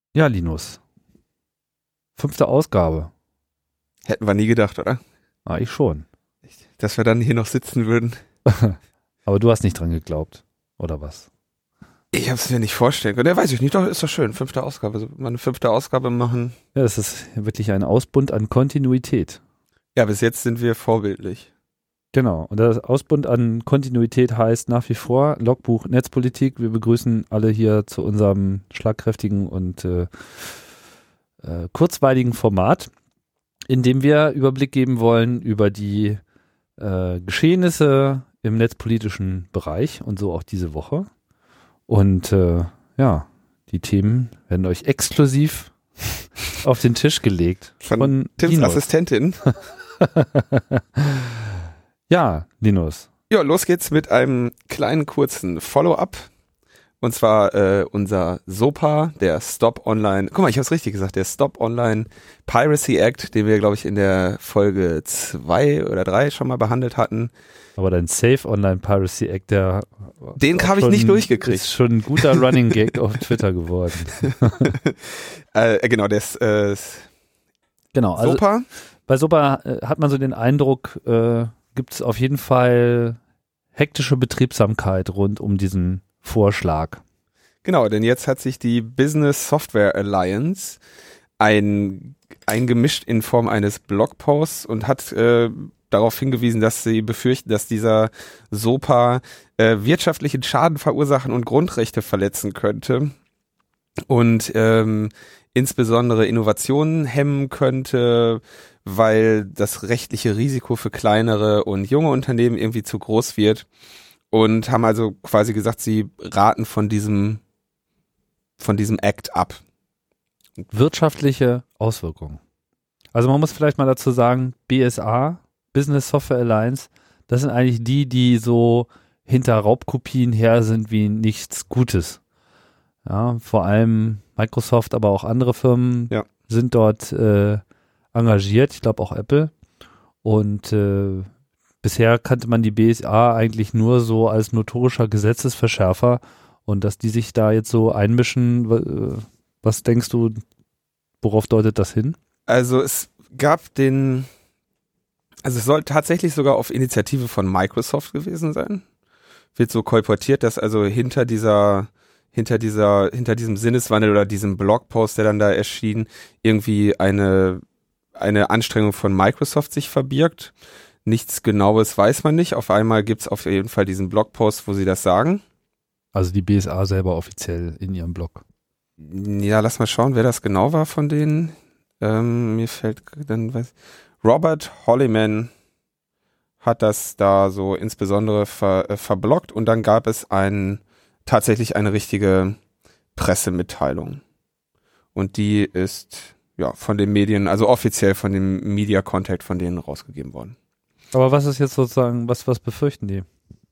Ja, Linus. 5. Ausgabe. Hätten wir nie gedacht, oder? Ich schon. Dass wir dann hier noch sitzen würden. Aber du hast nicht dran geglaubt, oder was? Ich habe es mir nicht vorstellen können. Ja, weiß ich nicht, doch, ist doch schön. 5. Ausgabe. Also mal eine 5. Ausgabe machen. Ja, es ist wirklich ein Ausbund an Kontinuität. Ja, bis jetzt sind wir vorbildlich. Genau. Und das Ausbund an Kontinuität heißt nach wie vor Logbuch Netzpolitik. Wir begrüßen alle hier zu unserem schlagkräftigen und kurzweiligen Format, in dem wir Überblick geben wollen über die Geschehnisse im netzpolitischen Bereich und so auch diese Woche. Und die Themen werden euch exklusiv auf den Tisch gelegt. Von Tims Linus. Assistentin. Ja, Linus. Ja, los geht's mit einem kleinen, kurzen Follow-up. Und zwar unser SOPA, der Stop Online, guck mal, ich habe es richtig gesagt, der Stop Online Piracy Act, den wir, glaube ich, in der Folge 2 oder 3 schon mal behandelt hatten. Aber dein Safe Online Piracy Act, Den habe ich nicht durchgekriegt. Ist schon ein guter Running Gag auf Twitter geworden. Genau, Genau, also SOPA. bei SOPA hat man so den Eindruck, gibt es auf jeden Fall hektische Betriebsamkeit rund um diesen Vorschlag. Genau, denn jetzt hat sich die Business Software Alliance eingemischt in Form eines Blogposts und hat darauf hingewiesen, dass sie befürchten, dass dieser SOPA wirtschaftlichen Schaden verursachen und Grundrechte verletzen könnte und insbesondere Innovationen hemmen könnte, weil das rechtliche Risiko für kleinere und junge Unternehmen irgendwie zu groß wird. Und haben also quasi gesagt, sie raten von diesem Act ab. Wirtschaftliche Auswirkungen. Also man muss vielleicht mal dazu sagen, BSA, Business Software Alliance, das sind eigentlich die so hinter Raubkopien her sind wie nichts Gutes. Ja, vor allem Microsoft, aber auch andere Firmen sind dort engagiert, ich glaube auch Apple. Und bisher kannte man die BSA eigentlich nur so als notorischer Gesetzesverschärfer und dass die sich da jetzt so einmischen, was denkst du, worauf deutet das hin? Also es soll tatsächlich sogar auf Initiative von Microsoft gewesen sein. Wird so kolportiert, dass also hinter diesem Sinneswandel oder diesem Blogpost, der dann da erschien, irgendwie eine Anstrengung von Microsoft sich verbirgt. Nichts Genaues weiß man nicht. Auf einmal gibt es auf jeden Fall diesen Blogpost, wo sie das sagen. Also die BSA selber offiziell in ihrem Blog. Ja, lass mal schauen, wer das genau war von denen. Mir fällt dann Robert Holliman hat das da so insbesondere verblockt und dann gab es tatsächlich eine richtige Pressemitteilung. Und die ist von den Medien, also offiziell von dem Media Contact von denen rausgegeben worden. Aber was ist jetzt sozusagen, was befürchten die?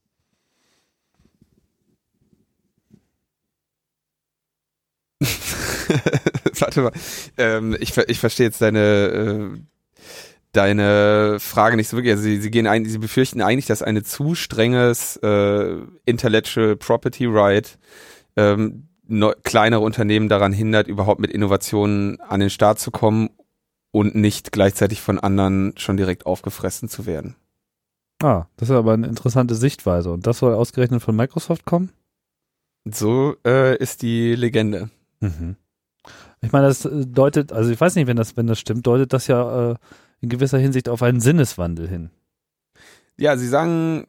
Warte mal, ich verstehe jetzt deine Frage nicht so wirklich. Also sie befürchten eigentlich, dass eine zu strenges Intellectual Property Right kleinere Unternehmen daran hindert, überhaupt mit Innovationen an den Start zu kommen und nicht gleichzeitig von anderen schon direkt aufgefressen zu werden. Das ist aber eine interessante Sichtweise. Und das soll ausgerechnet von Microsoft kommen? So ist die Legende. Mhm. Ich meine, das deutet, also ich weiß nicht, wenn das stimmt, deutet das ja in gewisser Hinsicht auf einen Sinneswandel hin. Ja, sie sagen,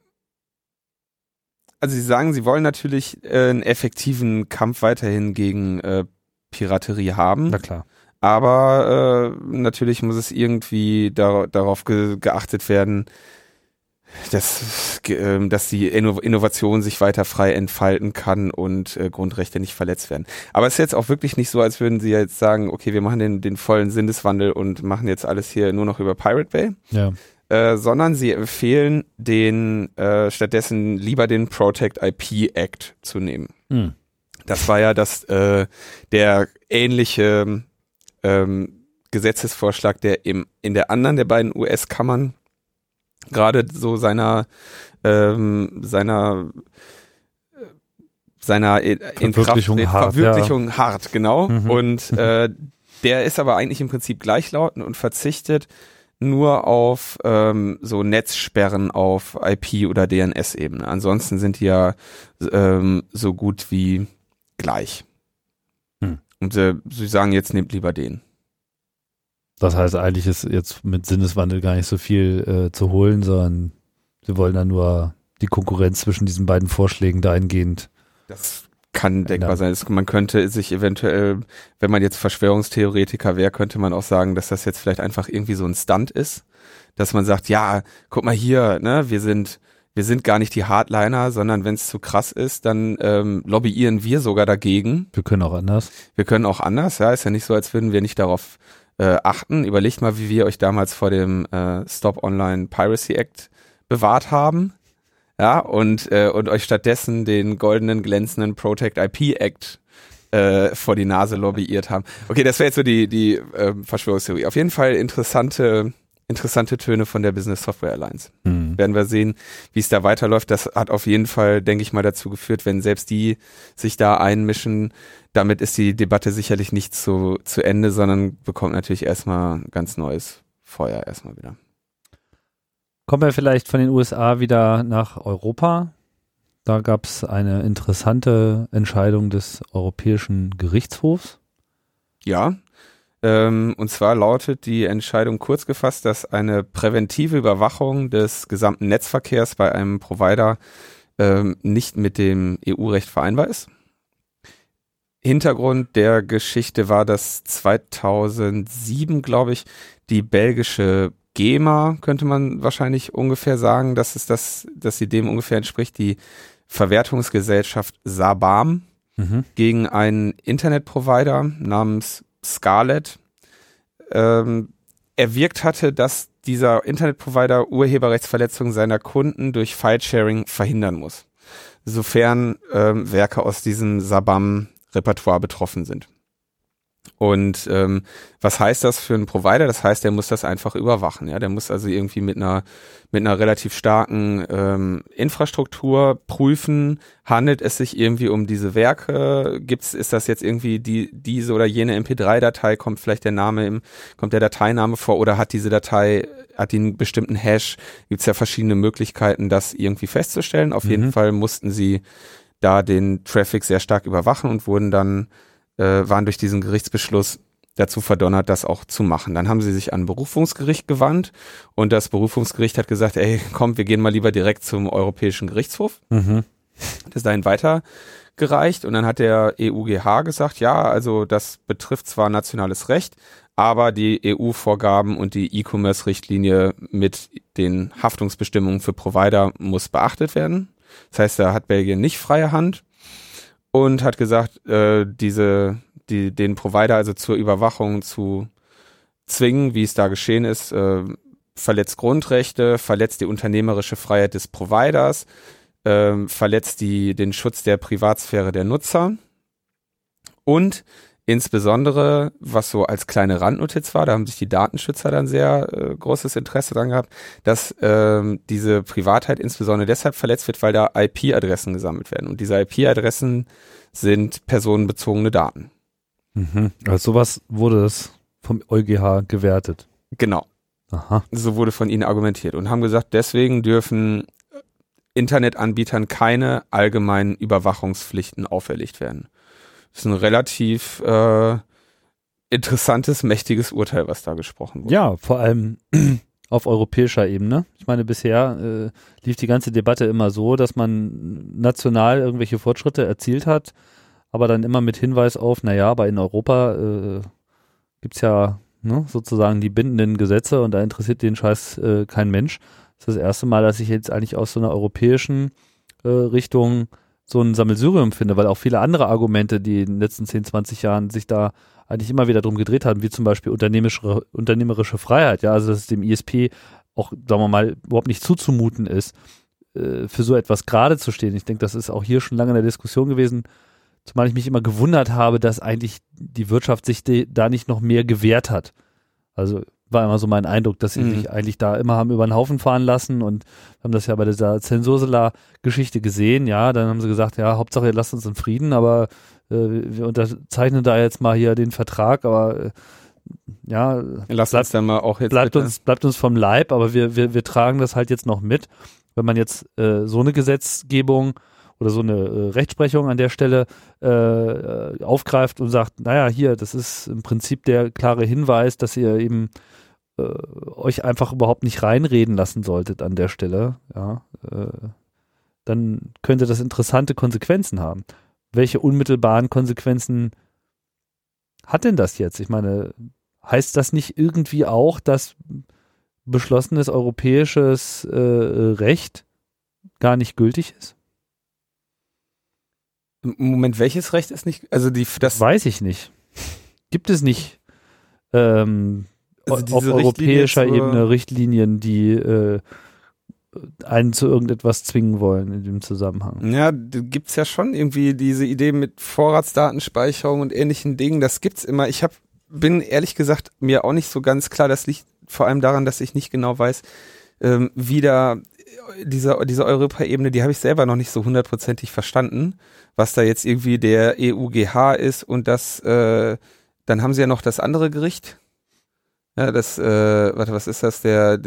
sie wollen natürlich einen effektiven Kampf weiterhin gegen Piraterie haben. Na klar. Aber natürlich muss es irgendwie darauf geachtet werden, dass die Innovation sich weiter frei entfalten kann und Grundrechte nicht verletzt werden. Aber es ist jetzt auch wirklich nicht so, als würden sie jetzt sagen, okay, wir machen den vollen Sinneswandel und machen jetzt alles hier nur noch über Pirate Bay. Ja. Sondern sie empfehlen stattdessen lieber den Protect IP Act zu nehmen. Hm. Das war ja der ähnliche Gesetzesvorschlag, der in der anderen der beiden US-Kammern gerade so seiner seiner Verwirklichung hart, genau. Und der ist aber eigentlich im Prinzip gleichlautend und verzichtet nur auf so Netzsperren auf IP- oder DNS-Ebene. Ansonsten sind die ja so gut wie gleich. Und sie sagen jetzt, nehmt lieber den. Das heißt, eigentlich ist jetzt mit Sinneswandel gar nicht so viel zu holen, sondern sie wollen dann nur die Konkurrenz zwischen diesen beiden Vorschlägen dahingehend. Das kann denkbar sein. Man könnte sich eventuell, wenn man jetzt Verschwörungstheoretiker wäre, könnte man auch sagen, dass das jetzt vielleicht einfach irgendwie so ein Stunt ist, dass man sagt, ja, guck mal hier, ne, wir sind gar nicht die Hardliner, sondern wenn es zu krass ist, dann lobbyieren wir sogar dagegen. Wir können auch anders. Ja, ist ja nicht so, als würden wir nicht darauf achten. Überlegt mal, wie wir euch damals vor dem Stop Online Piracy Act bewahrt haben. Ja, und euch stattdessen den goldenen, glänzenden Protect IP Act vor die Nase lobbyiert haben. Okay, das wäre jetzt so die Verschwörungstheorie. Auf jeden Fall interessante Töne von der Business Software Alliance. Werden wir sehen, wie es da weiterläuft. Das hat auf jeden Fall, denke ich mal, dazu geführt, wenn selbst die sich da einmischen, damit ist die Debatte sicherlich nicht zu Ende, sondern bekommt natürlich erstmal ganz neues Feuer erstmal wieder. Kommen wir vielleicht von den USA wieder nach Europa. Da gab es eine interessante Entscheidung des Europäischen Gerichtshofs. Ja, und zwar lautet die Entscheidung kurz gefasst, dass eine präventive Überwachung des gesamten Netzverkehrs bei einem Provider nicht mit dem EU-Recht vereinbar ist. Hintergrund der Geschichte war, dass 2007, glaube ich, die belgische GEMA, könnte man wahrscheinlich ungefähr sagen, dass sie dem ungefähr entspricht, die Verwertungsgesellschaft Sabam gegen einen Internetprovider namens Scarlet erwirkt hatte, dass dieser Internetprovider Urheberrechtsverletzungen seiner Kunden durch Filesharing verhindern muss, sofern Werke aus diesem Sabam-Repertoire betroffen sind. Und was heißt das für einen Provider? Das heißt, der muss das einfach überwachen. Ja, der muss also irgendwie mit einer relativ starken Infrastruktur prüfen. Handelt es sich irgendwie um diese Werke? Ist das jetzt irgendwie diese oder jene MP3-Datei? Kommt vielleicht kommt der Dateiname vor? Oder hat diese Datei einen bestimmten Hash? Gibt es ja verschiedene Möglichkeiten, das irgendwie festzustellen. Auf jeden Fall mussten sie da den Traffic sehr stark überwachen und waren durch diesen Gerichtsbeschluss dazu verdonnert, das auch zu machen. Dann haben sie sich an ein Berufungsgericht gewandt und das Berufungsgericht hat gesagt, ey, komm, wir gehen mal lieber direkt zum Europäischen Gerichtshof. Das ist dahin weitergereicht und dann hat der EuGH gesagt, ja, also das betrifft zwar nationales Recht, aber die EU-Vorgaben und die E-Commerce-Richtlinie mit den Haftungsbestimmungen für Provider muss beachtet werden. Das heißt, da hat Belgien nicht freie Hand. Und hat gesagt, den Provider also zur Überwachung zu zwingen, wie es da geschehen ist, verletzt Grundrechte, verletzt die unternehmerische Freiheit des Providers, verletzt den Schutz der Privatsphäre der Nutzer und insbesondere, was so als kleine Randnotiz war, da haben sich die Datenschützer dann sehr großes Interesse dran gehabt, dass diese Privatheit insbesondere deshalb verletzt wird, weil da IP-Adressen gesammelt werden. Und diese IP-Adressen sind personenbezogene Daten. Also sowas wurde es vom EuGH gewertet. Genau. Aha. So wurde von ihnen argumentiert und haben gesagt, deswegen dürfen Internetanbietern keine allgemeinen Überwachungspflichten auferlegt werden. Das ist ein relativ interessantes, mächtiges Urteil, was da gesprochen wurde. Ja, vor allem auf europäischer Ebene. Ich meine, bisher lief die ganze Debatte immer so, dass man national irgendwelche Fortschritte erzielt hat, aber dann immer mit Hinweis auf, naja, aber in Europa gibt's ja sozusagen die bindenden Gesetze und da interessiert den Scheiß kein Mensch. Das ist das erste Mal, dass ich jetzt eigentlich aus so einer europäischen Richtung so ein Sammelsurium finde, weil auch viele andere Argumente, die in den letzten 10, 20 Jahren sich da eigentlich immer wieder drum gedreht haben, wie zum Beispiel unternehmerische Freiheit, ja, also dass es dem ISP auch, sagen wir mal, überhaupt nicht zuzumuten ist, für so etwas gerade zu stehen. Ich denke, das ist auch hier schon lange in der Diskussion gewesen, zumal ich mich immer gewundert habe, dass eigentlich die Wirtschaft sich da nicht noch mehr gewehrt hat. Also war immer so mein Eindruck, dass sie sich eigentlich da immer haben über den Haufen fahren lassen und haben das ja bei dieser Zensursula-Geschichte gesehen, ja, dann haben sie gesagt, ja, Hauptsache ihr lasst uns in Frieden, aber wir unterzeichnen da jetzt mal hier den Vertrag, aber ja, bleibt uns vom Leib, aber wir tragen das halt jetzt noch mit. Wenn man jetzt so eine Gesetzgebung oder so eine Rechtsprechung an der Stelle aufgreift und sagt, naja, hier, das ist im Prinzip der klare Hinweis, dass ihr eben euch einfach überhaupt nicht reinreden lassen solltet an der Stelle, ja, dann könnte das interessante Konsequenzen haben. Welche unmittelbaren Konsequenzen hat denn das jetzt? Ich meine, heißt das nicht irgendwie auch, dass beschlossenes europäisches Recht gar nicht gültig ist? Moment, welches Recht ist nicht, also das weiß ich nicht. Gibt es nicht auf europäischer Ebene Richtlinien, die einen zu irgendetwas zwingen wollen in dem Zusammenhang? Ja, gibt's ja schon irgendwie diese Idee mit Vorratsdatenspeicherung und ähnlichen Dingen, das gibt's immer. Bin ehrlich gesagt mir auch nicht so ganz klar, das liegt vor allem daran, dass ich nicht genau weiß, wie da diese Europaebene, die habe ich selber noch nicht so hundertprozentig verstanden, was da jetzt irgendwie der EuGH ist und das, dann haben sie ja noch das andere Gericht. Ja, was ist das?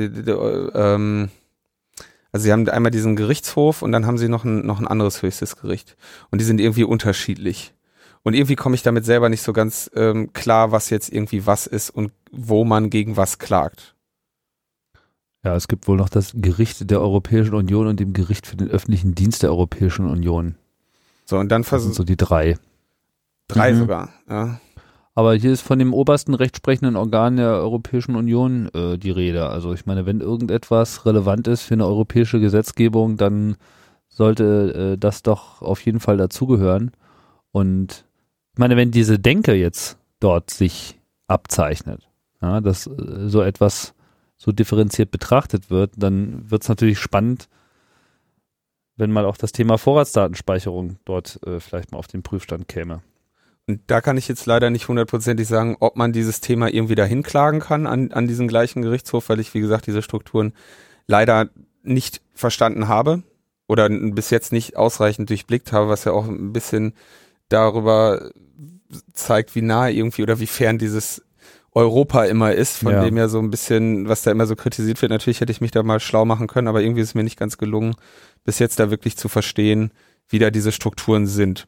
Also sie haben einmal diesen Gerichtshof und dann haben sie noch ein anderes höchstes Gericht. Und die sind irgendwie unterschiedlich. Und irgendwie komme ich damit selber nicht so ganz klar, was jetzt irgendwie was ist und wo man gegen was klagt. Ja, es gibt wohl noch das Gericht der Europäischen Union und dem Gericht für den öffentlichen Dienst der Europäischen Union. So, und dann das sind so die drei. Drei sogar, ja. Aber hier ist von dem obersten rechtsprechenden Organ der Europäischen Union die Rede. Also ich meine, wenn irgendetwas relevant ist für eine europäische Gesetzgebung, dann sollte das doch auf jeden Fall dazugehören. Und ich meine, wenn diese Denke jetzt dort sich abzeichnet, ja, dass so etwas so differenziert betrachtet wird, dann wird es natürlich spannend, wenn mal auch das Thema Vorratsdatenspeicherung dort vielleicht mal auf den Prüfstand käme. Und da kann ich jetzt leider nicht hundertprozentig sagen, ob man dieses Thema irgendwie dahin klagen kann an diesen gleichen Gerichtshof, weil ich, wie gesagt, diese Strukturen leider nicht verstanden habe oder bis jetzt nicht ausreichend durchblickt habe, was ja auch ein bisschen darüber zeigt, wie nahe irgendwie oder wie fern dieses Europa immer ist, von dem ja so ein bisschen, was da immer so kritisiert wird. Natürlich hätte ich mich da mal schlau machen können, aber irgendwie ist es mir nicht ganz gelungen, bis jetzt da wirklich zu verstehen, wie da diese Strukturen sind.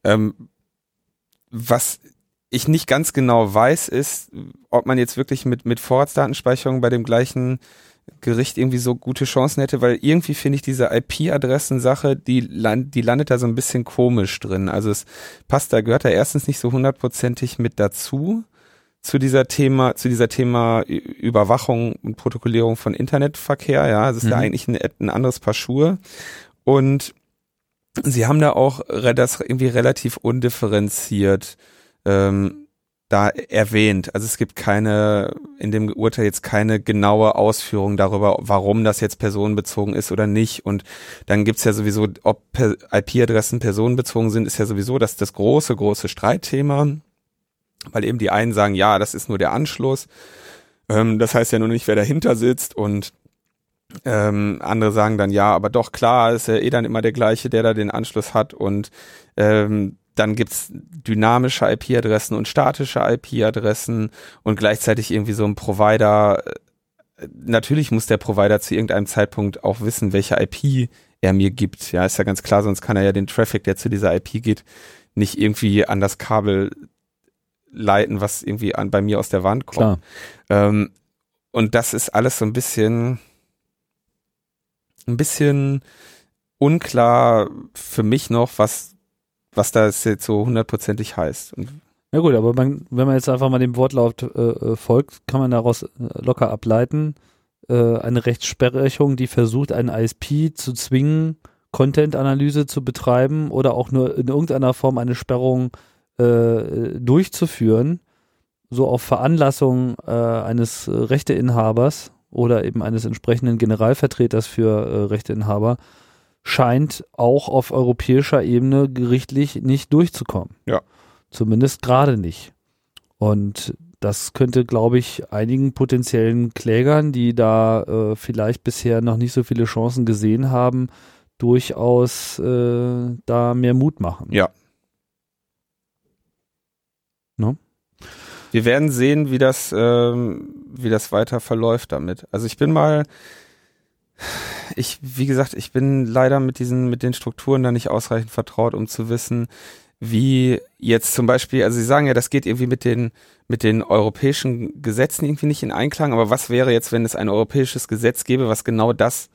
Was ich nicht ganz genau weiß, ist, ob man jetzt wirklich mit Vorratsdatenspeicherung bei dem gleichen Gericht irgendwie so gute Chancen hätte, weil irgendwie finde ich diese IP-Adressen-Sache, die landet da so ein bisschen komisch drin. Also es gehört da erstens nicht so hundertprozentig mit dazu, zu dieser Thema Überwachung und Protokollierung von Internetverkehr, ja, es ist ja eigentlich ein anderes Paar Schuhe. Und sie haben da auch das irgendwie relativ undifferenziert da erwähnt. Also es gibt in dem Urteil jetzt keine genaue Ausführung darüber, warum das jetzt personenbezogen ist oder nicht. Und dann gibt's ja sowieso, ob IP-Adressen personenbezogen sind, ist ja sowieso das große Streitthema. Weil eben die einen sagen, ja, das ist nur der Anschluss. Das heißt ja nur nicht, wer dahinter sitzt. Und andere sagen dann, ja, aber doch, klar, ist ja dann immer der gleiche, der da den Anschluss hat. Und dann gibt's dynamische IP-Adressen und statische IP-Adressen und gleichzeitig irgendwie so ein Provider. Natürlich muss der Provider zu irgendeinem Zeitpunkt auch wissen, welche IP er mir gibt. Ja, ist ja ganz klar, sonst kann er ja den Traffic, der zu dieser IP geht, nicht irgendwie an das Kabel leiten, was irgendwie bei mir aus der Wand kommt. Und das ist alles so ein bisschen unklar für mich noch, was das jetzt so hundertprozentig heißt. Ja gut, aber wenn man jetzt einfach mal dem Wortlaut folgt, kann man daraus locker ableiten, eine Rechtsprechung, die versucht, einen ISP zu zwingen, Content-Analyse zu betreiben oder auch nur in irgendeiner Form eine Sperrung durchzuführen, so auf Veranlassung eines Rechteinhabers oder eben eines entsprechenden Generalvertreters für Rechteinhaber, scheint auch auf europäischer Ebene gerichtlich nicht durchzukommen. Ja. Zumindest gerade nicht. Und das könnte, glaube ich, einigen potenziellen Klägern, die da vielleicht bisher noch nicht so viele Chancen gesehen haben, durchaus da mehr Mut machen. Ja. No? Wir werden sehen, wie das weiter verläuft damit. Also wie gesagt, ich bin leider mit den Strukturen da nicht ausreichend vertraut, um zu wissen, wie jetzt zum Beispiel, also Sie sagen ja, das geht irgendwie mit den europäischen Gesetzen irgendwie nicht in Einklang, aber was wäre jetzt, wenn es ein europäisches Gesetz gäbe, was genau das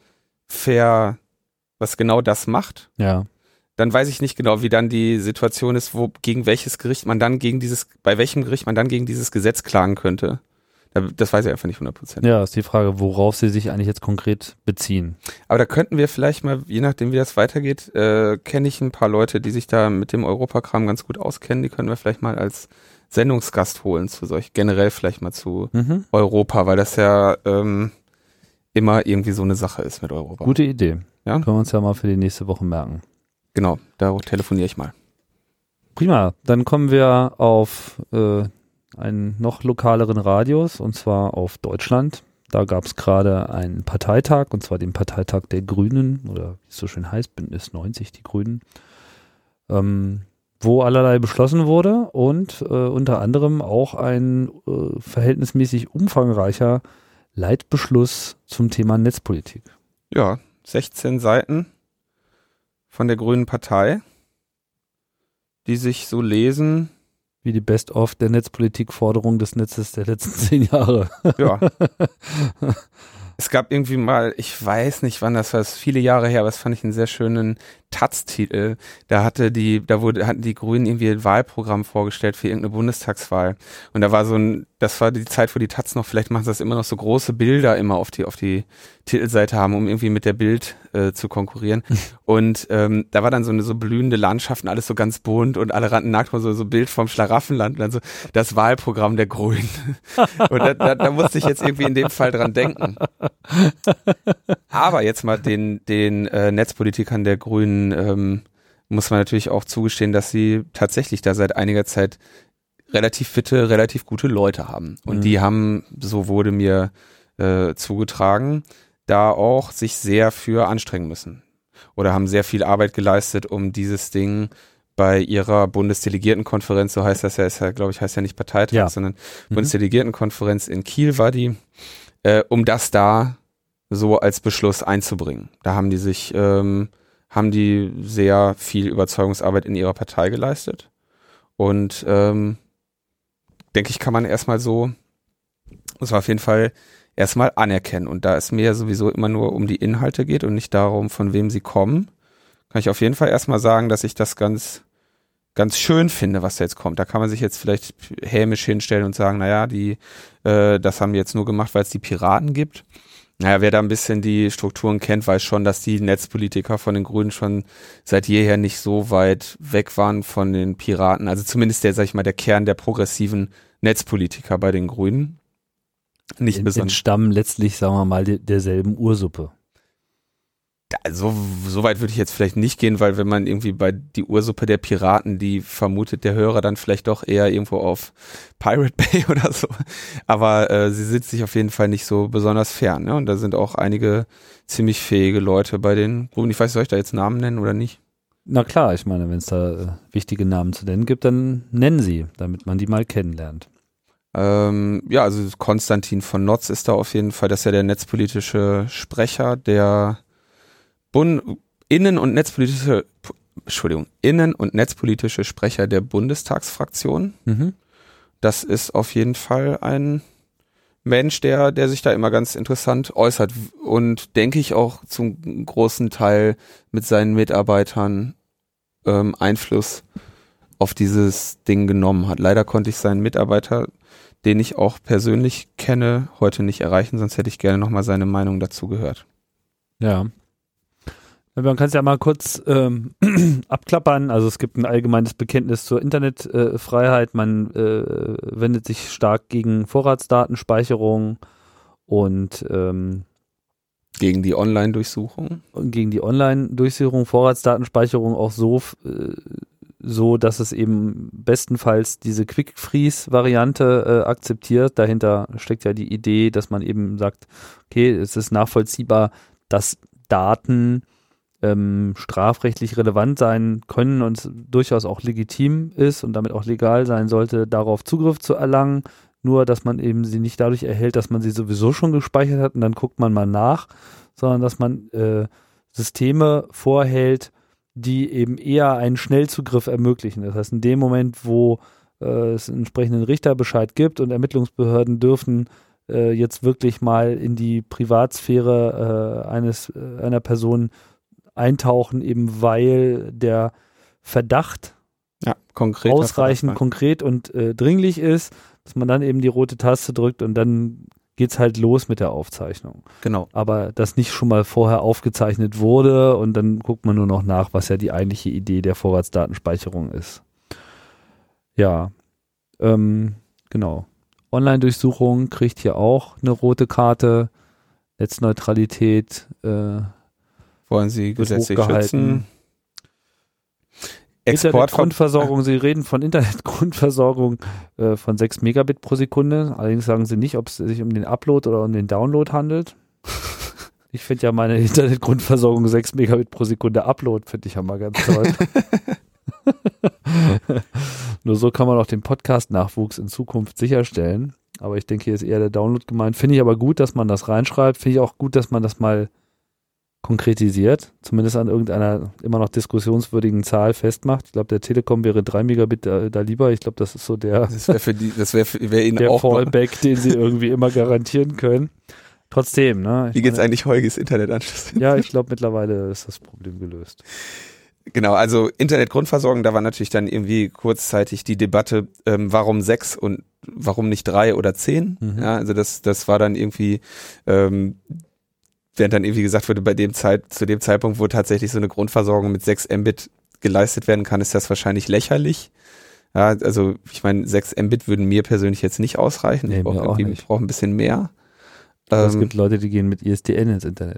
macht? Ja. Dann weiß ich nicht genau, wie dann die Situation ist, bei welchem Gericht man dann gegen dieses Gesetz klagen könnte. Das weiß ich einfach nicht 100%. Ja, ist die Frage, worauf Sie sich eigentlich jetzt konkret beziehen. Aber da könnten wir vielleicht mal, je nachdem wie das weitergeht, kenne ich ein paar Leute, die sich da mit dem Europakram ganz gut auskennen, die können wir vielleicht mal als Sendungsgast holen generell vielleicht mal zu Europa, weil das ja immer irgendwie so eine Sache ist mit Europa. Gute Idee. Ja? Können wir uns ja mal für die nächste Woche merken. Genau, da telefoniere ich mal. Prima, dann kommen wir auf einen noch lokaleren Radius, und zwar auf Deutschland. Da gab es gerade einen Parteitag, und zwar den Parteitag der Grünen, oder wie es so schön heißt, Bündnis 90, die Grünen, wo allerlei beschlossen wurde und unter anderem auch ein verhältnismäßig umfangreicher Leitbeschluss zum Thema Netzpolitik. Ja, 16 Seiten von der Grünen Partei, die sich so lesen wie die Best-of der Netzpolitik-Forderung des Netzes der letzten 10 Jahre. Ja. Es gab irgendwie mal, ich weiß nicht wann, das war viele Jahre her, aber das fand ich einen sehr schönen Taz-Titel. Da hatten die Grünen irgendwie ein Wahlprogramm vorgestellt für irgendeine Bundestagswahl. Und da war das war die Zeit, wo die Taz noch, vielleicht machen sie das immer noch, so große Bilder immer auf die Titelseite haben, um irgendwie mit der Bild zu konkurrieren. Und da war dann so blühende Landschaften, alles so ganz bunt und alle rannten nackt, so Bild vom Schlaraffenland und dann so das Wahlprogramm der Grünen. Und da musste ich jetzt irgendwie in dem Fall dran denken. Aber jetzt mal den Netzpolitikern der Grünen muss man natürlich auch zugestehen, dass sie tatsächlich da seit einiger Zeit relativ fitte, relativ gute Leute haben. Und die haben, so wurde mir zugetragen, da auch sich sehr für anstrengen müssen. Oder haben sehr viel Arbeit geleistet, um dieses Ding bei ihrer Bundesdelegiertenkonferenz, so heißt das ja, heißt ja nicht Parteitag, sondern Bundesdelegiertenkonferenz in Kiel war die, um das da so als Beschluss einzubringen. Da haben die sehr viel Überzeugungsarbeit in ihrer Partei geleistet. Und denke ich, kann man erstmal so, muss man auf jeden Fall erstmal anerkennen. Und da es mir ja sowieso immer nur um die Inhalte geht und nicht darum, von wem sie kommen, kann ich auf jeden Fall erstmal sagen, dass ich das ganz, ganz schön finde, was da jetzt kommt. Da kann man sich jetzt vielleicht hämisch hinstellen und sagen, naja, das haben die jetzt nur gemacht, weil es die Piraten gibt. Naja, wer da ein bisschen die Strukturen kennt, weiß schon, dass die Netzpolitiker von den Grünen schon seit jeher nicht so weit weg waren von den Piraten. Also zumindest der Kern der progressiven Netzpolitiker bei den Grünen. Nicht besonders. Entstammen letztlich, sagen wir mal, derselben Ursuppe. Also so weit würde ich jetzt vielleicht nicht gehen, weil wenn man irgendwie bei die Ursuppe der Piraten, die vermutet der Hörer dann vielleicht doch eher irgendwo auf Pirate Bay oder so. Aber sie sitzt sich auf jeden Fall nicht so besonders fern. Ne? Und da sind auch einige ziemlich fähige Leute bei den Grünen. Ich weiß, soll ich da jetzt Namen nennen oder nicht? Na klar, ich meine, wenn es da wichtige Namen zu nennen gibt, dann nennen sie, damit man die mal kennenlernt. Also Konstantin von Notz ist da auf jeden Fall, das ist ja der netzpolitische Sprecher der Innen- und netzpolitische Sprecher der Bundestagsfraktion. Das ist auf jeden Fall ein Mensch, der sich da immer ganz interessant äußert und denke ich auch zum großen Teil mit seinen Mitarbeitern Einfluss auf dieses Ding genommen hat. Leider konnte ich seinen Mitarbeiter, den ich auch persönlich kenne, heute nicht erreichen, sonst hätte ich gerne nochmal seine Meinung dazu gehört. Ja. Man kann es ja mal kurz abklappern. Also es gibt ein allgemeines Bekenntnis zur Internetfreiheit. Man wendet sich stark gegen Vorratsdatenspeicherung und gegen die Online-Durchsuchung. Vorratsdatenspeicherung auch so so, dass es eben bestenfalls diese Quick-Freeze-Variante akzeptiert. Dahinter steckt ja die Idee, dass man eben sagt, okay, es ist nachvollziehbar, dass Daten strafrechtlich relevant sein können und es durchaus auch legitim ist und damit auch legal sein sollte, darauf Zugriff zu erlangen. Nur, dass man eben sie nicht dadurch erhält, dass man sie sowieso schon gespeichert hat und dann guckt man mal nach, sondern dass man Systeme vorhält, die eben eher einen Schnellzugriff ermöglichen. Das heißt, in dem Moment, wo es einen entsprechenden Richterbescheid gibt und Ermittlungsbehörden dürfen jetzt wirklich mal in die Privatsphäre einer Person eintauchen, eben weil der Verdacht ausreichend konkret und dringlich ist, dass man dann eben die rote Taste drückt und dann geht's halt los mit der Aufzeichnung. Genau. Aber das nicht schon mal vorher aufgezeichnet wurde und dann guckt man nur noch nach, was ja die eigentliche Idee der Vorratsdatenspeicherung ist. Ja, genau. Online-Durchsuchung kriegt hier auch eine rote Karte. Netzneutralität wollen Sie gesetzlich schützen. Internetgrundversorgung, Sie reden von Internetgrundversorgung von 6 Megabit pro Sekunde. Allerdings sagen Sie nicht, ob es sich um den Upload oder um den Download handelt. Ich finde ja meine Internetgrundversorgung 6 Megabit pro Sekunde Upload, finde ich ja mal ganz toll. Nur so kann man auch den Podcast-Nachwuchs in Zukunft sicherstellen. Aber ich denke, hier ist eher der Download gemeint. Finde ich aber gut, dass man das reinschreibt. Finde ich auch gut, dass man das mal konkretisiert, zumindest an irgendeiner immer noch diskussionswürdigen Zahl festmacht. Ich glaube, der Telekom wäre 3 Megabit da lieber. Ich glaube, das ist so der Ihnen der auch Fallback, den sie irgendwie immer garantieren können. Trotzdem, ne? Wie geht's eigentlich heutiges Internetanschluss? Ja, ich glaube, mittlerweile ist das Problem gelöst. Genau, also Internetgrundversorgung, da war natürlich dann irgendwie kurzzeitig die Debatte, warum 6 und warum nicht 3 oder 10? Mhm. Ja, also das war dann irgendwie während dann irgendwie gesagt wurde, zu dem Zeitpunkt, wo tatsächlich so eine Grundversorgung mit 6 Mbit geleistet werden kann, ist das wahrscheinlich lächerlich. Ja, also ich meine, 6 Mbit würden mir persönlich jetzt nicht ausreichen. Nee, ich brauche ein bisschen mehr. Es gibt Leute, die gehen mit ISDN ins Internet.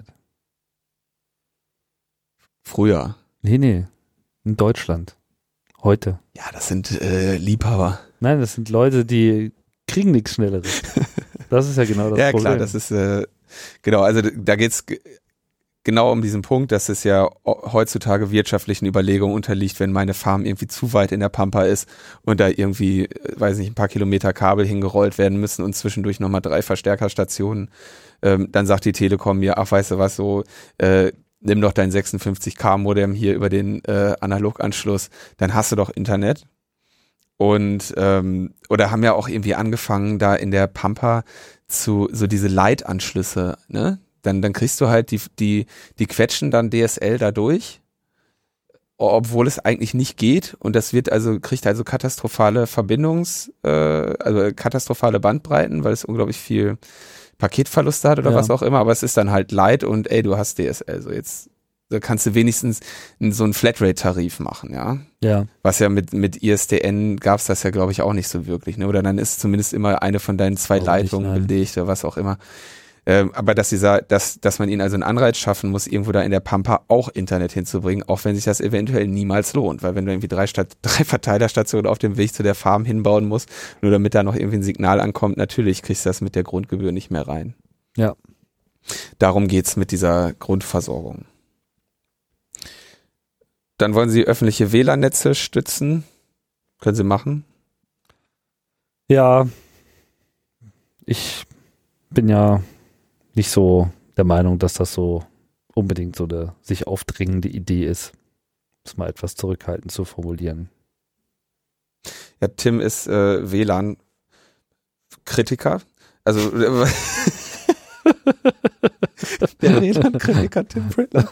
Früher. Nee, in Deutschland. Heute. Ja, das sind Liebhaber. Nein, das sind Leute, die kriegen nichts Schnelleres. Das ist ja genau das Problem. Ja, klar, das ist genau, also da geht's genau um diesen Punkt, dass es ja heutzutage wirtschaftlichen Überlegungen unterliegt, wenn meine Farm irgendwie zu weit in der Pampa ist und da irgendwie, weiß nicht, ein paar Kilometer Kabel hingerollt werden müssen und zwischendurch nochmal 3 Verstärkerstationen, dann sagt die Telekom mir, ach, weißt du was, so, nimm doch dein 56K-Modem hier über den Analoganschluss, dann hast du doch Internet. Und oder haben ja auch irgendwie angefangen, da in der Pampa so diese Leitanschlüsse, ne? Dann kriegst du halt die quetschen dann DSL da durch, obwohl es eigentlich nicht geht. Und das kriegt also katastrophale also katastrophale Bandbreiten, weil es unglaublich viel Paketverluste hat oder was auch immer. Aber es ist dann halt Light und du hast DSL. So jetzt da kannst du wenigstens so einen Flatrate-Tarif machen, ja. Ja. Was ja mit ISDN gab's das ja, glaube ich, auch nicht so wirklich, ne? Oder dann ist zumindest immer eine von deinen 2 Leitungen belegt oder was auch immer. Aber dass man ihnen also einen Anreiz schaffen muss, irgendwo da in der Pampa auch Internet hinzubringen, auch wenn sich das eventuell niemals lohnt, weil wenn du irgendwie 3 Verteilerstationen auf dem Weg zu der Farm hinbauen musst, nur damit da noch irgendwie ein Signal ankommt, natürlich kriegst du das mit der Grundgebühr nicht mehr rein. Ja. Darum geht's mit dieser Grundversorgung. Dann wollen Sie öffentliche WLAN-Netze stützen. Können Sie machen? Ja, ich bin ja nicht so der Meinung, dass das so unbedingt so eine sich aufdrängende Idee ist, das mal etwas zurückhaltend zu formulieren. Ja, Tim ist WLAN-Kritiker. Also der WLAN-Kritiker Tim Pritlove.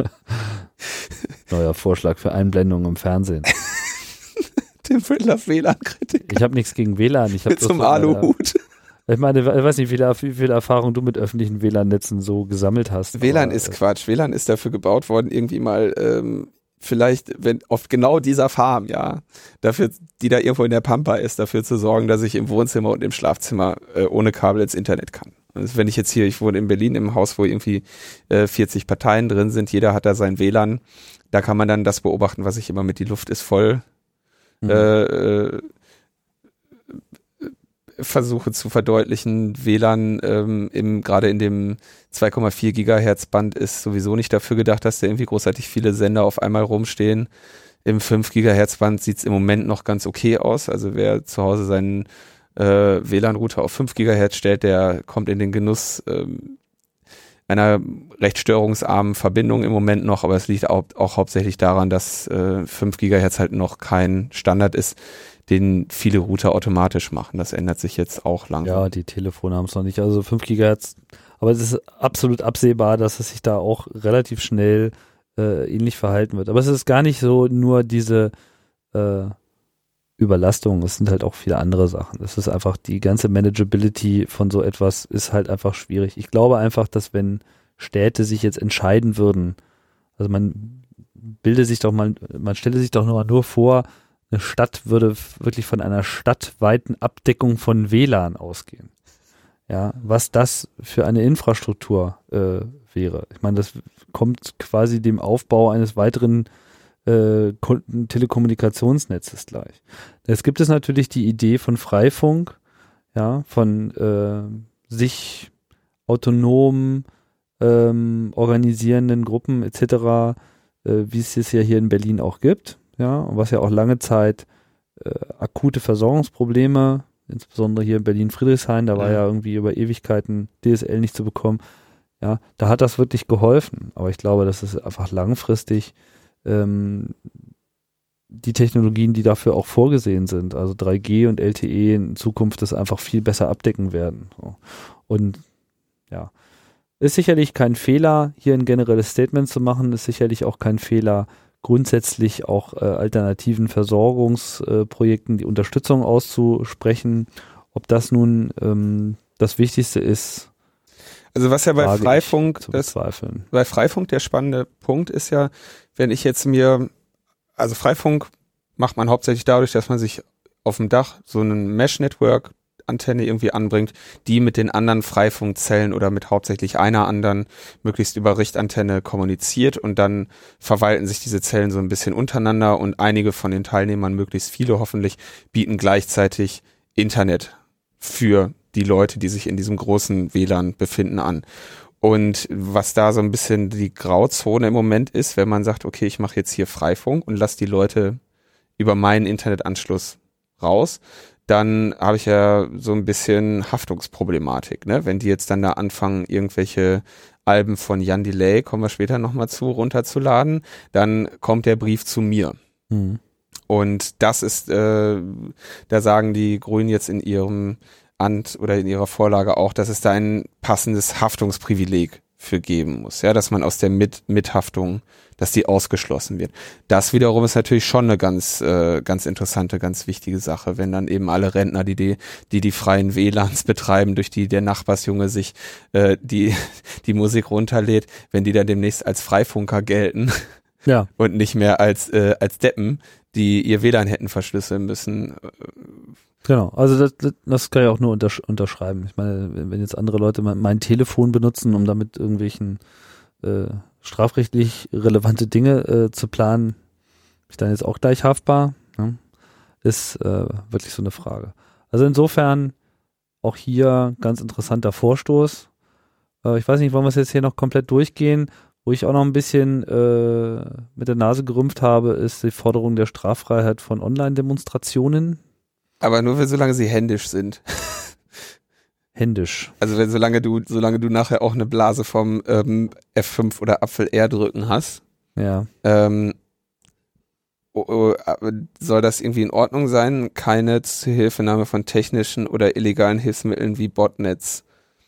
Neuer Vorschlag für Einblendungen im Fernsehen. Tim Pritlove, WLAN-Kritiker. Ich habe nichts gegen WLAN. Ich hab zum Aluhut. Ich meine, ich weiß nicht, wie viel Erfahrung du mit öffentlichen WLAN-Netzen so gesammelt hast. WLAN ist Quatsch. WLAN ist dafür gebaut worden, irgendwie mal vielleicht, wenn auf genau dieser Farm, ja, dafür, die da irgendwo in der Pampa ist, dafür zu sorgen, dass ich im Wohnzimmer und im Schlafzimmer ohne Kabel ins Internet kann. Also wenn ich jetzt ich wohne in Berlin im Haus, wo irgendwie 40 Parteien drin sind, jeder hat da sein WLAN, da kann man dann das beobachten, was ich immer mit, die Luft ist voll Versuche zu verdeutlichen, WLAN gerade in dem 2,4 Gigahertz Band ist sowieso nicht dafür gedacht, dass da irgendwie großartig viele Sender auf einmal rumstehen. Im 5 Gigahertz Band sieht es im Moment noch ganz okay aus. Also wer zu Hause seinen WLAN-Router auf 5 Gigahertz stellt, der kommt in den Genuss einer recht störungsarmen Verbindung im Moment noch, aber es liegt auch hauptsächlich daran, dass 5 Gigahertz halt noch kein Standard ist, den viele Router automatisch machen. Das ändert sich jetzt auch langsam. Ja, die Telefone haben es noch nicht. Also 5 Gigahertz, aber es ist absolut absehbar, dass es sich da auch relativ schnell ähnlich verhalten wird. Aber es ist gar nicht so nur diese Überlastung, es sind halt auch viele andere Sachen. Es ist einfach, die ganze Manageability von so etwas ist halt einfach schwierig. Ich glaube einfach, dass wenn Städte sich jetzt entscheiden würden, also man stelle sich doch nur vor, eine Stadt würde wirklich von einer stadtweiten Abdeckung von WLAN ausgehen. Ja, was das für eine Infrastruktur wäre. Ich meine, das kommt quasi dem Aufbau eines weiteren Telekommunikationsnetzes gleich. Jetzt gibt es natürlich die Idee von Freifunk, ja, von sich autonom organisierenden Gruppen etc., wie es ja hier in Berlin auch gibt. Ja, und was ja auch lange Zeit akute Versorgungsprobleme, insbesondere hier in Berlin-Friedrichshain, da war ja irgendwie über Ewigkeiten DSL nicht zu bekommen. Ja, da hat das wirklich geholfen. Aber ich glaube, dass es einfach langfristig die Technologien, die dafür auch vorgesehen sind, also 3G und LTE in Zukunft das einfach viel besser abdecken werden. So. Und ja, ist sicherlich kein Fehler, hier ein generelles Statement zu machen, ist sicherlich auch kein Fehler, grundsätzlich auch alternativen Versorgungsprojekten die Unterstützung auszusprechen. Ob das nun das Wichtigste ist, also was ja bei Freifunk, bei Freifunk der spannende Punkt ist ja, wenn ich jetzt also Freifunk macht man hauptsächlich dadurch, dass man sich auf dem Dach so einen Mesh-Network-Antenne irgendwie anbringt, die mit den anderen Freifunkzellen oder mit hauptsächlich einer anderen möglichst über Richtantenne kommuniziert und dann verwalten sich diese Zellen so ein bisschen untereinander und einige von den Teilnehmern, möglichst viele hoffentlich, bieten gleichzeitig Internet für die Leute, die sich in diesem großen WLAN befinden, an. Und was da so ein bisschen die Grauzone im Moment ist, wenn man sagt, okay, ich mache jetzt hier Freifunk und lasse die Leute über meinen Internetanschluss raus, dann habe ich ja so ein bisschen Haftungsproblematik, ne? Wenn die jetzt dann da anfangen, irgendwelche Alben von Jan Delay, kommen wir später nochmal zu, runterzuladen, dann kommt der Brief zu mir. Mhm. Und das ist, da sagen die Grünen jetzt in ihrem oder in ihrer Vorlage auch, dass es da ein passendes Haftungsprivileg für geben muss, ja, dass man aus der Mithaftung, dass die ausgeschlossen wird. Das wiederum ist natürlich schon eine ganz interessante, ganz wichtige Sache, wenn dann eben alle Rentner, die freien WLANs betreiben, durch die der Nachbarsjunge sich die Musik runterlädt, wenn die dann demnächst als Freifunker gelten, ja, und nicht mehr als Deppen, die ihr WLAN hätten verschlüsseln müssen. Genau, also das kann ich auch nur unterschreiben. Ich meine, wenn jetzt andere Leute mein Telefon benutzen, um damit irgendwelchen strafrechtlich relevante Dinge zu planen, bin ich dann jetzt auch gleich haftbar? Ne? Ist wirklich so eine Frage. Also insofern auch hier ganz interessanter Vorstoß. Ich weiß nicht, wollen wir es jetzt hier noch komplett durchgehen? Wo ich auch noch ein bisschen mit der Nase gerümpft habe, ist die Forderung der Straffreiheit von Online-Demonstrationen. Aber nur solange sie händisch sind. Händisch. Also solange du nachher auch eine Blase vom F5 oder Apfel R drücken hast, ja. Soll das irgendwie in Ordnung sein? Keine Zuhilfenahme von technischen oder illegalen Hilfsmitteln wie Botnets.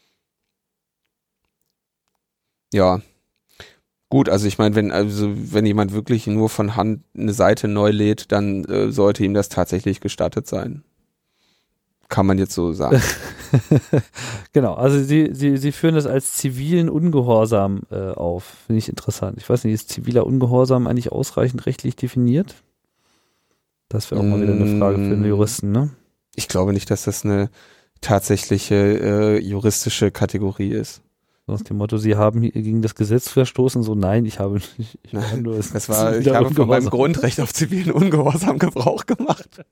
Ja. Gut, also ich meine, wenn jemand wirklich nur von Hand eine Seite neu lädt, dann sollte ihm das tatsächlich gestattet sein. Kann man jetzt so sagen. Genau, also sie führen das als zivilen Ungehorsam auf. Finde ich interessant. Ich weiß nicht, ist ziviler Ungehorsam eigentlich ausreichend rechtlich definiert? Das wäre auch mal wieder eine Frage für einen Juristen, ne? Ich glaube nicht, dass das eine tatsächliche juristische Kategorie ist. So nach dem Motto, Sie haben gegen das Gesetz verstoßen. So, nein, ich habe nicht. Ich habe von meinem Grundrecht auf zivilen Ungehorsam Gebrauch gemacht.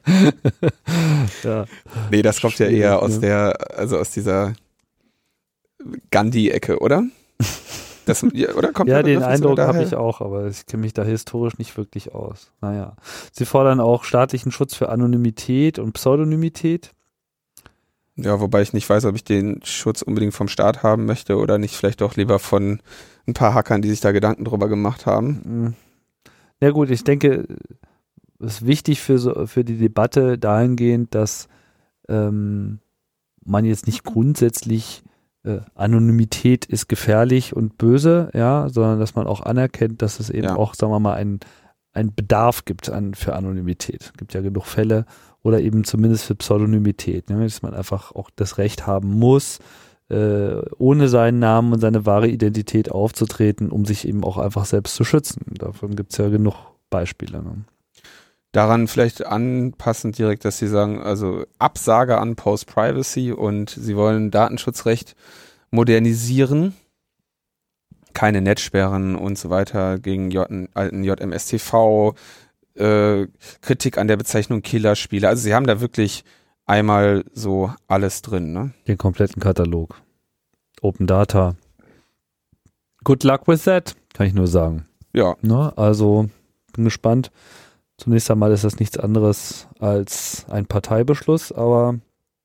Ja. Nee, das kommt ja eher aus aus dieser Gandhi-Ecke, oder? Oder kommt den Eindruck habe ich auch, aber ich kenne mich da historisch nicht wirklich aus. Naja. Sie fordern auch staatlichen Schutz für Anonymität und Pseudonymität. Ja, wobei ich nicht weiß, ob ich den Schutz unbedingt vom Staat haben möchte oder nicht vielleicht doch lieber von ein paar Hackern, die sich da Gedanken drüber gemacht haben. Ja gut, ich denke, es ist wichtig für die Debatte dahingehend, dass man jetzt nicht grundsätzlich Anonymität ist gefährlich und böse, ja, sondern dass man auch anerkennt, dass es eben auch, sagen wir mal, einen Bedarf gibt für Anonymität. Es gibt ja genug Fälle oder eben zumindest für Pseudonymität, ne, dass man einfach auch das Recht haben muss, ohne seinen Namen und seine wahre Identität aufzutreten, um sich eben auch einfach selbst zu schützen. Davon gibt es ja genug Beispiele. Ne? Daran vielleicht anpassend direkt, dass Sie sagen, also Absage an Post-Privacy und Sie wollen Datenschutzrecht modernisieren, keine Netzsperren und so weiter gegen alten JMSTV, Kritik an der Bezeichnung Killerspiele. Also Sie haben da wirklich einmal so alles drin, ne? Den kompletten Katalog. Open Data. Good luck with that, kann ich nur sagen. Ja. Ne? Also bin gespannt. Zunächst einmal ist das nichts anderes als ein Parteibeschluss, aber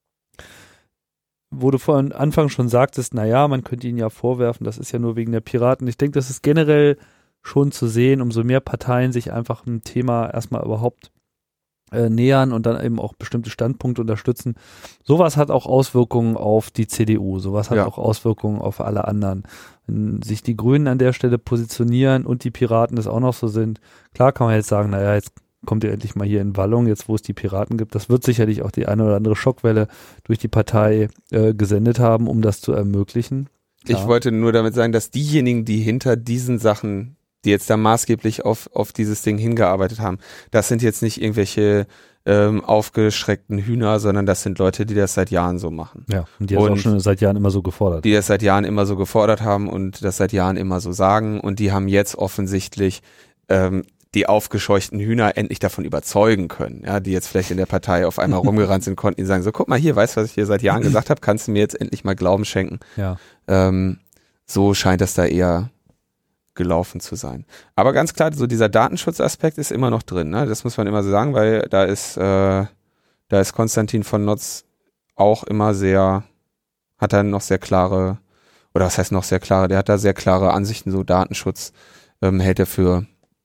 wo du vor Anfang schon sagtest, naja, man könnte ihnen ja vorwerfen, das ist ja nur wegen der Piraten. Ich denke, das ist generell schon zu sehen, umso mehr Parteien sich einfach ein Thema erstmal überhaupt nähern und dann eben auch bestimmte Standpunkte unterstützen. Sowas hat auch Auswirkungen auf die CDU, sowas hat auch Auswirkungen auf alle anderen. Wenn sich die Grünen an der Stelle positionieren und die Piraten das auch noch so sind, klar kann man jetzt sagen, naja, jetzt kommt ihr endlich mal hier in Wallung, jetzt wo es die Piraten gibt. Das wird sicherlich auch die eine oder andere Schockwelle durch die Partei gesendet haben, um das zu ermöglichen. Klar. Ich wollte nur damit sagen, dass diejenigen, die hinter diesen Sachen, die jetzt da maßgeblich auf dieses Ding hingearbeitet haben, das sind jetzt nicht irgendwelche aufgeschreckten Hühner, sondern das sind Leute, die das seit Jahren so machen. Ja, und die das auch schon seit Jahren immer so gefordert. Die das seit Jahren immer so gefordert haben und das seit Jahren immer so sagen und die haben jetzt offensichtlich die aufgescheuchten Hühner endlich davon überzeugen können, ja, die jetzt vielleicht in der Partei auf einmal rumgerannt sind, konnten ihnen sagen, so guck mal hier, weißt du, was ich dir seit Jahren gesagt habe, kannst du mir jetzt endlich mal Glauben schenken. Ja. So scheint das da eher gelaufen zu sein. Aber ganz klar, so dieser Datenschutzaspekt ist immer noch drin, ne? Das muss man immer so sagen, weil da ist Konstantin von Notz auch immer hat er noch sehr klare, oder was heißt noch sehr klare, der hat da sehr klare Ansichten, so Datenschutz hält er für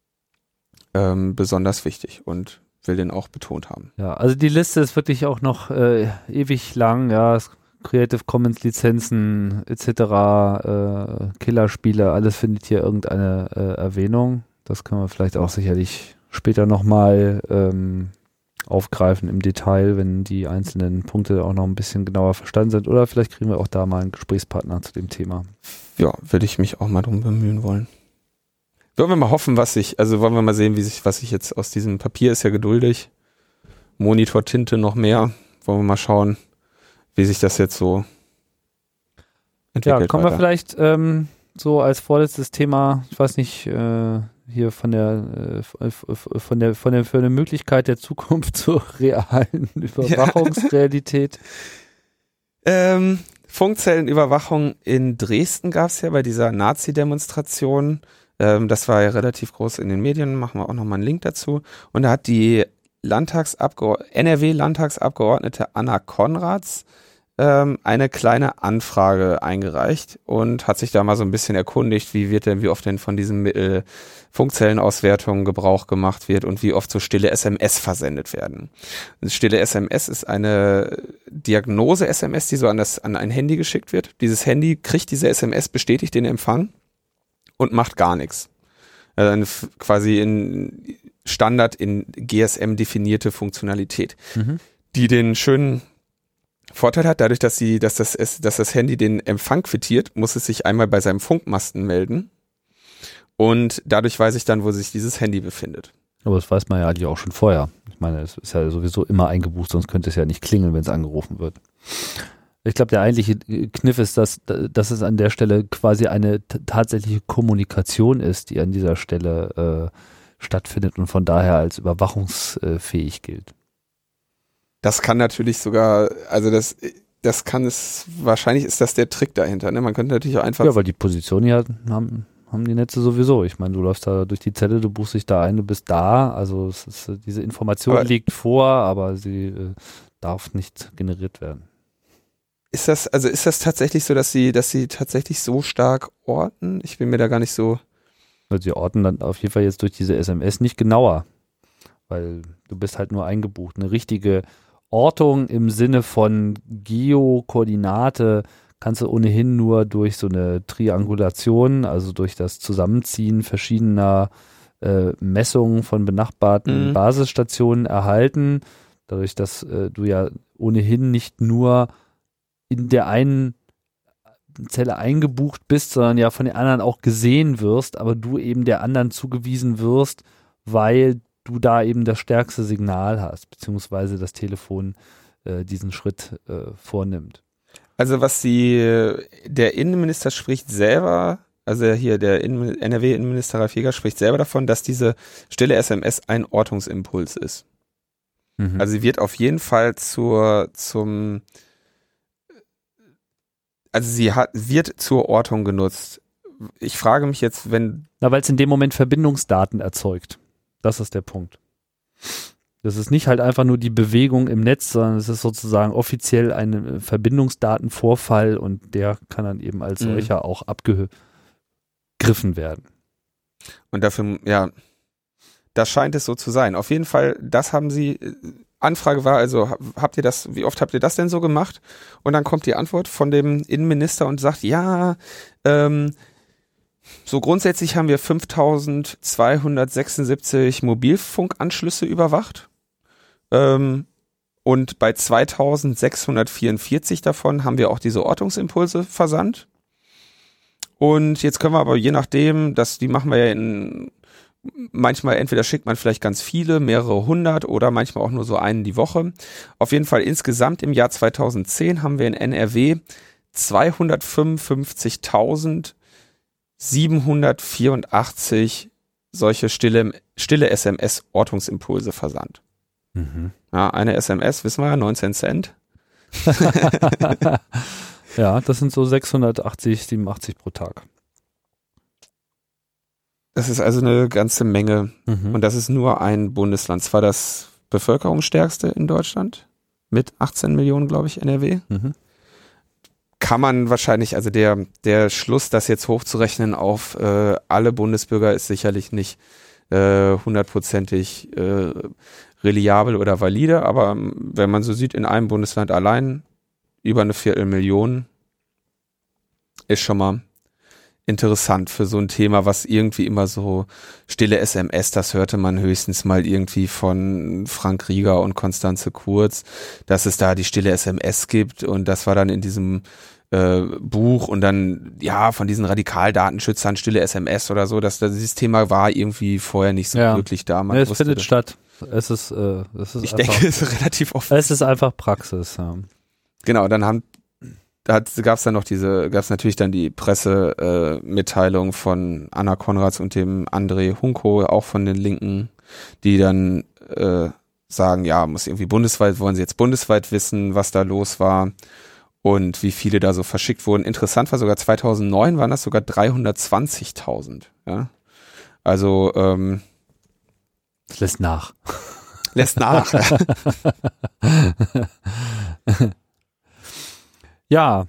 besonders wichtig und will den auch betont haben. Ja, also die Liste ist wirklich auch noch ewig lang, ja, Creative Commons Lizenzen etc., Killerspiele, alles findet hier irgendeine Erwähnung. Das können wir vielleicht auch sicherlich später nochmal aufgreifen im Detail, wenn die einzelnen Punkte auch noch ein bisschen genauer verstanden sind. Oder vielleicht kriegen wir auch da mal einen Gesprächspartner zu dem Thema. Ja, würde ich mich auch mal drum bemühen wollen. Wollen wir mal hoffen, wollen wir mal sehen, was sich jetzt aus diesem Papier ist ja geduldig. Monitortinte noch mehr. Wollen wir mal schauen, wie sich das jetzt so entwickelt. Ja, kommen wir vielleicht so als vorletztes Thema, ich weiß nicht, hier von der Möglichkeit der Zukunft zur realen Überwachungsrealität. Funkzellenüberwachung in Dresden gab es ja bei dieser Nazi-Demonstration. Das war ja relativ groß in den Medien, machen wir auch nochmal einen Link dazu. Und da hat die NRW-Landtagsabgeordnete Anna Konrads eine kleine Anfrage eingereicht und hat sich da mal so ein bisschen erkundigt, wie oft denn von diesem Mittel Funkzellenauswertung Gebrauch gemacht wird und wie oft so stille SMS versendet werden. Stille SMS ist eine Diagnose-SMS, die so an ein Handy geschickt wird. Dieses Handy kriegt diese SMS, bestätigt den Empfang und macht gar nichts. Quasi in Standard in GSM definierte Funktionalität, die den schönen Vorteil hat, dadurch, dass das Handy den Empfang quittiert, muss es sich einmal bei seinem Funkmasten melden und dadurch weiß ich dann, wo sich dieses Handy befindet. Aber das weiß man ja eigentlich auch schon vorher. Ich meine, es ist ja sowieso immer eingebucht, sonst könnte es ja nicht klingeln, wenn es angerufen wird. Ich glaube, der eigentliche Kniff ist, dass es an der Stelle quasi eine tatsächliche Kommunikation ist, die an dieser Stelle stattfindet und von daher als überwachungsfähig gilt. Das kann natürlich sogar, also das kann es, wahrscheinlich ist das der Trick dahinter, ne? Man könnte natürlich auch einfach... Ja, weil die Position hier haben die Netze sowieso. Ich meine, du läufst da durch die Zelle, du buchst dich da ein, du bist da. Also diese Information liegt vor, aber sie darf nicht generiert werden. Ist das tatsächlich so, dass sie tatsächlich so stark orten? Ich bin mir da gar nicht so... Also sie orten dann auf jeden Fall jetzt durch diese SMS nicht genauer, weil du bist halt nur eingebucht. Eine richtige Ortung im Sinne von Geokoordinate kannst du ohnehin nur durch so eine Triangulation, also durch das Zusammenziehen verschiedener Messungen von benachbarten Basisstationen erhalten. Dadurch, dass du ja ohnehin nicht nur in der einen Zelle eingebucht bist, sondern ja von den anderen auch gesehen wirst, aber du eben der anderen zugewiesen wirst, weil du da eben das stärkste Signal hast, beziehungsweise das Telefon diesen Schritt vornimmt. Also der Innenminister spricht selber, also hier der NRW-Innenminister Ralf Jäger spricht selber davon, dass diese stille SMS ein Ortungsimpuls ist. Mhm. Also sie wird auf jeden Fall wird zur Ortung genutzt. Ich frage mich jetzt, weil es in dem Moment Verbindungsdaten erzeugt. Das ist der Punkt. Das ist nicht halt einfach nur die Bewegung im Netz, sondern es ist sozusagen offiziell ein Verbindungsdatenvorfall und der kann dann eben als solcher auch abgegriffen werden. Und dafür, ja, das scheint es so zu sein. Auf jeden Fall, das haben sie, Anfrage war also, wie oft habt ihr das denn so gemacht? Und dann kommt die Antwort von dem Innenminister und sagt, ja, so grundsätzlich haben wir 5.276 Mobilfunkanschlüsse überwacht und bei 2.644 davon haben wir auch diese Ortungsimpulse versandt. Und jetzt können wir aber je nachdem, die machen wir ja manchmal entweder schickt man vielleicht ganz viele, mehrere hundert oder manchmal auch nur so einen die Woche. Auf jeden Fall insgesamt im Jahr 2010 haben wir in NRW 255.784 solche stille SMS-Ortungsimpulse versandt. Mhm. Ja, eine SMS, wissen wir ja, 19 Cent. Ja, das sind so 680, 87 pro Tag. Das ist also eine ganze Menge. Mhm. Und das ist nur ein Bundesland. Zwar das bevölkerungsstärkste in Deutschland mit 18 Millionen, glaube ich, NRW. Mhm. Kann man wahrscheinlich, also der Schluss, das jetzt hochzurechnen auf alle Bundesbürger ist sicherlich nicht 100%ig reliabel oder valide, aber wenn man so sieht, in einem Bundesland allein über 250.000 ist schon mal interessant für so ein Thema, was irgendwie immer so stille SMS, das hörte man höchstens mal irgendwie von Frank Rieger und Konstanze Kurz, dass es da die stille SMS gibt und das war dann in diesem Buch und dann, ja, von diesen Radikaldatenschützern stille SMS oder so, dass dieses Thema war irgendwie vorher nicht so wirklich da. Es findet statt. Es ist ich denke, es ist relativ offen. Es ist einfach Praxis, ja. Genau, dann gab's natürlich dann die Pressemitteilung von Anna Konrads und dem André Hunko, auch von den Linken, die dann sagen, ja, wollen sie jetzt bundesweit wissen, was da los war und wie viele da so verschickt wurden. Interessant war sogar 2009 waren das sogar 320.000, ja. Also, das lässt nach. Lässt nach. Ja,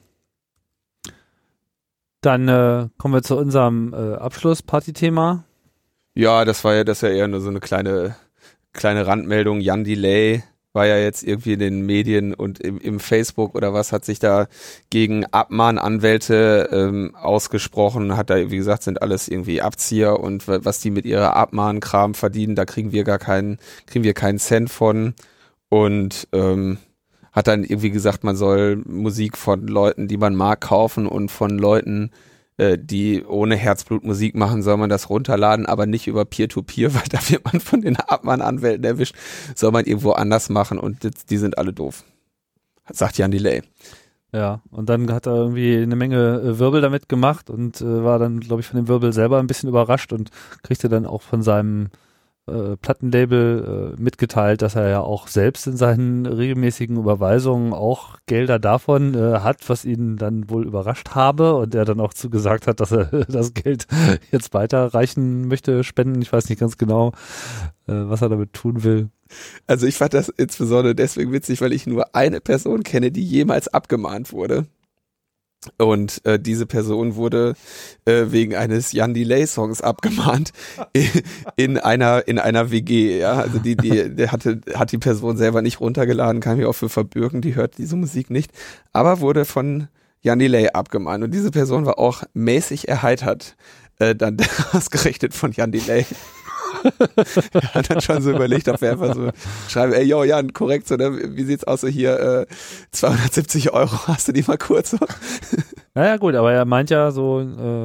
dann kommen wir zu unserem Abschluss-Party-Thema. Ja, das ist ja eher nur so eine kleine Randmeldung. Jan Delay war ja jetzt irgendwie in den Medien und im Facebook oder was, hat sich da gegen Abmahnanwälte ausgesprochen, hat da, wie gesagt, sind alles irgendwie Abzieher und was die mit ihrer Abmahnkram verdienen, da kriegen wir keinen Cent von und hat dann irgendwie gesagt, man soll Musik von Leuten, die man mag, kaufen und von Leuten, die ohne Herzblut Musik machen, soll man das runterladen, aber nicht über Peer-to-Peer, weil da wird man von den Abmahnanwälten erwischt, soll man irgendwo anders machen und die sind alle doof. Sagt Jan Delay. Ja, und dann hat er irgendwie eine Menge Wirbel damit gemacht und war dann, glaube ich, von dem Wirbel selber ein bisschen überrascht und kriegte dann auch von seinem Plattenlabel mitgeteilt, dass er ja auch selbst in seinen regelmäßigen Überweisungen auch Gelder davon hat, was ihn dann wohl überrascht habe und er dann auch zugesagt hat, dass er das Geld jetzt weiterreichen möchte, spenden. Ich weiß nicht ganz genau, was er damit tun will. Also ich fand das insbesondere deswegen witzig, weil ich nur eine Person kenne, die jemals abgemahnt wurde. Und diese Person wurde wegen eines Jan Delay Songs abgemahnt in einer WG. Ja, also der hat die Person selber nicht runtergeladen, kann mich auch für verbürgen, die hört diese Musik nicht, aber wurde von Jan Delay abgemahnt und diese Person war auch mäßig erheitert, dann ausgerechnet von Jan Delay. Er hat dann schon so überlegt, ob wir einfach so schreiben, ey, yo, Jan, korrekt, so, ne? Wie sieht's aus, so hier 270 €, hast du die mal kurz so? Naja gut, aber er meint ja so,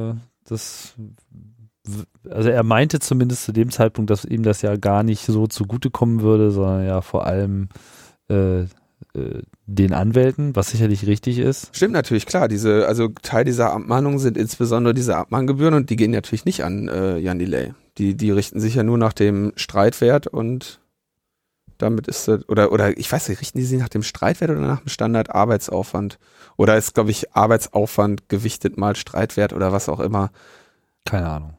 also er meinte zumindest zu dem Zeitpunkt, dass ihm das ja gar nicht so zugutekommen würde, sondern ja vor allem den Anwälten, was sicherlich richtig ist. Stimmt natürlich, klar. Also Teil dieser Abmahnung sind insbesondere diese Abmahngebühren und die gehen natürlich nicht an Jan Delay. Die richten sich ja nur nach dem Streitwert und damit ist das, oder ich weiß nicht, richten die sich nach dem Streitwert oder nach dem Standardarbeitsaufwand? Oder ist, glaube ich, Arbeitsaufwand gewichtet mal Streitwert oder was auch immer? Keine Ahnung.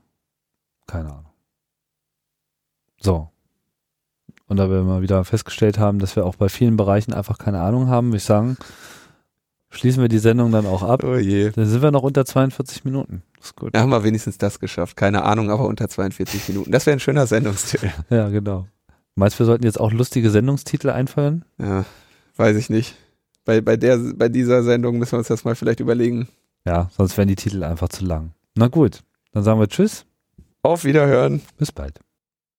So. Und da wir mal wieder festgestellt haben, dass wir auch bei vielen Bereichen einfach keine Ahnung haben, würde ich sagen, schließen wir die Sendung dann auch ab. Oh je. Dann sind wir noch unter 42 Minuten. Das ist gut. Da haben wir wenigstens das geschafft. Keine Ahnung, aber unter 42 Minuten. Das wäre ein schöner Sendungstitel. Ja, genau. Meinst du, wir sollten jetzt auch lustige Sendungstitel einfallen? Ja, weiß ich nicht. Bei dieser Sendung müssen wir uns das mal vielleicht überlegen. Ja, sonst wären die Titel einfach zu lang. Na gut, dann sagen wir Tschüss. Auf Wiederhören. Bis bald.